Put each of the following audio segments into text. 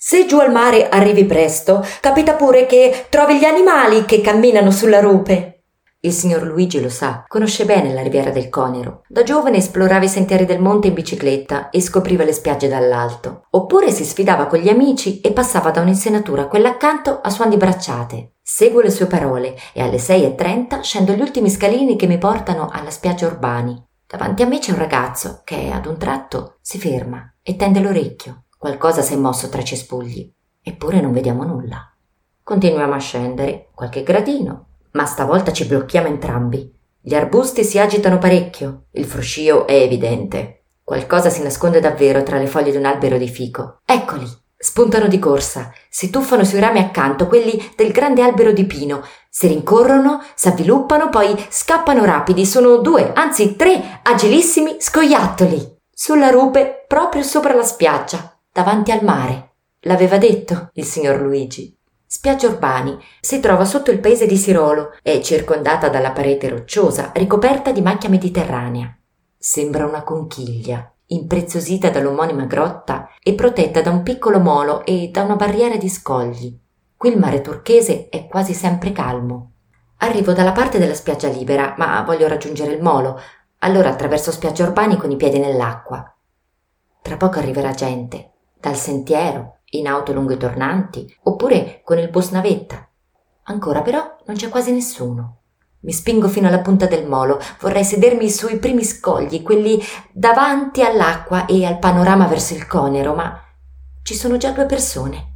Se giù al mare arrivi presto, capita pure che trovi gli animali che camminano sulla rupe. Il signor Luigi lo sa, conosce bene la riviera del Conero. Da giovane esplorava i sentieri del monte in bicicletta e scopriva le spiagge dall'alto. Oppure si sfidava con gli amici e passava da un'insenatura a quella accanto a suon di bracciate. Seguo le sue parole e alle 6:30 scendo gli ultimi scalini che mi portano alla spiaggia Urbani. Davanti a me c'è un ragazzo che ad un tratto si ferma e tende l'orecchio. Qualcosa si è mosso tra i cespugli, eppure non vediamo nulla. Continuiamo a scendere, qualche gradino, ma stavolta ci blocchiamo entrambi. Gli arbusti si agitano parecchio, il fruscio è evidente. Qualcosa si nasconde davvero tra le foglie di un albero di fico. Eccoli, spuntano di corsa, si tuffano sui rami accanto, quelli del grande albero di pino, si rincorrono, si avviluppano, poi scappano rapidi, sono 2, anzi 3 agilissimi scoiattoli, sulla rupe proprio sopra la spiaggia, davanti al mare. L'aveva detto il signor Luigi. Spiaggia Urbani si trova sotto il paese di Sirolo, è circondata dalla parete rocciosa, ricoperta di macchia mediterranea. Sembra una conchiglia, impreziosita dall'omonima grotta e protetta da un piccolo molo e da una barriera di scogli. Qui il mare turchese è quasi sempre calmo. Arrivo dalla parte della spiaggia libera, ma voglio raggiungere il molo, allora attraverso Spiaggia Urbani con i piedi nell'acqua. Tra poco arriverà gente, dal sentiero, in auto lungo i tornanti, oppure con il bus navetta. Ancora però non c'è quasi nessuno. Mi spingo fino alla punta del molo, vorrei sedermi sui primi scogli, quelli davanti all'acqua e al panorama verso il Conero, ma ci sono già 2 persone.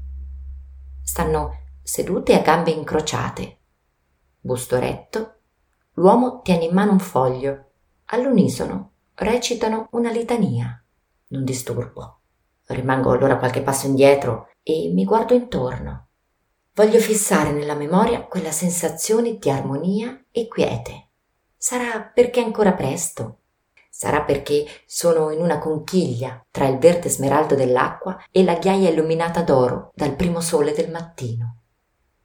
Stanno sedute a gambe incrociate. Busto retto, l'uomo tiene in mano un foglio. All'unisono recitano una litania. Non disturbo. Rimango allora qualche passo indietro e mi guardo intorno. Voglio fissare nella memoria quella sensazione di armonia e quiete. Sarà perché è ancora presto. Sarà perché sono in una conchiglia tra il verde smeraldo dell'acqua e la ghiaia illuminata d'oro dal primo sole del mattino.